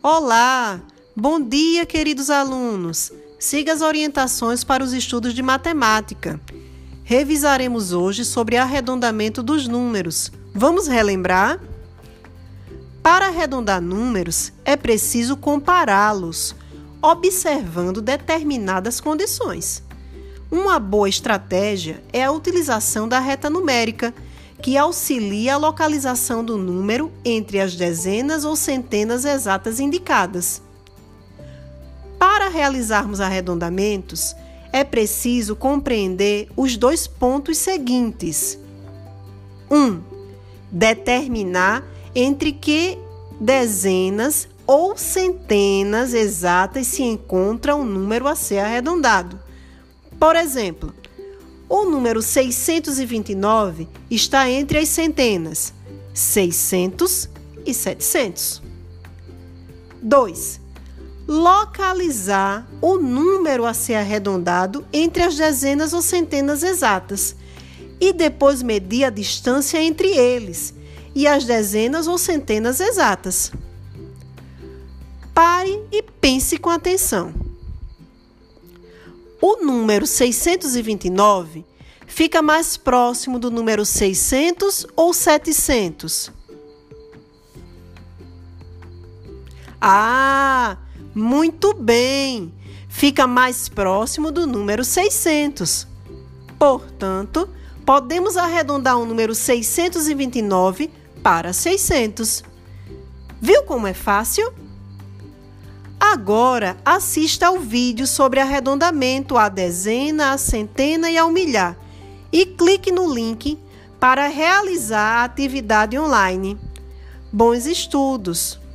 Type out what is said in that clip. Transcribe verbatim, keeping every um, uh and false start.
Olá! Bom dia, queridos alunos! Siga as orientações para os estudos de matemática. Revisaremos hoje sobre arredondamento dos números. Vamos relembrar? Para arredondar números, é preciso compará-los, observando determinadas condições. Uma boa estratégia é a utilização da reta numérica, que auxilia a localização do número entre as dezenas ou centenas exatas indicadas. Para realizarmos arredondamentos, é preciso compreender os dois pontos seguintes. um. Determinar entre que dezenas ou centenas exatas se encontra o número a ser arredondado. Por exemplo, o número seiscentos e vinte e nove está entre as centenas seiscentos e setecentos. dois. Localizar o número a ser arredondado entre as dezenas ou centenas exatas e depois medir a distância entre eles e as dezenas ou centenas exatas. Pare e pense com atenção. O número seiscentos e vinte e nove fica mais próximo do número seiscentos ou setecentos? Ah, muito bem! Fica mais próximo do número seiscentos. Portanto, podemos arredondar o número seiscentos e vinte e nove para seiscentos. Viu como é fácil? Agora, assista ao vídeo sobre arredondamento à dezena, à centena e ao milhar e clique no link para realizar a atividade online. Bons estudos!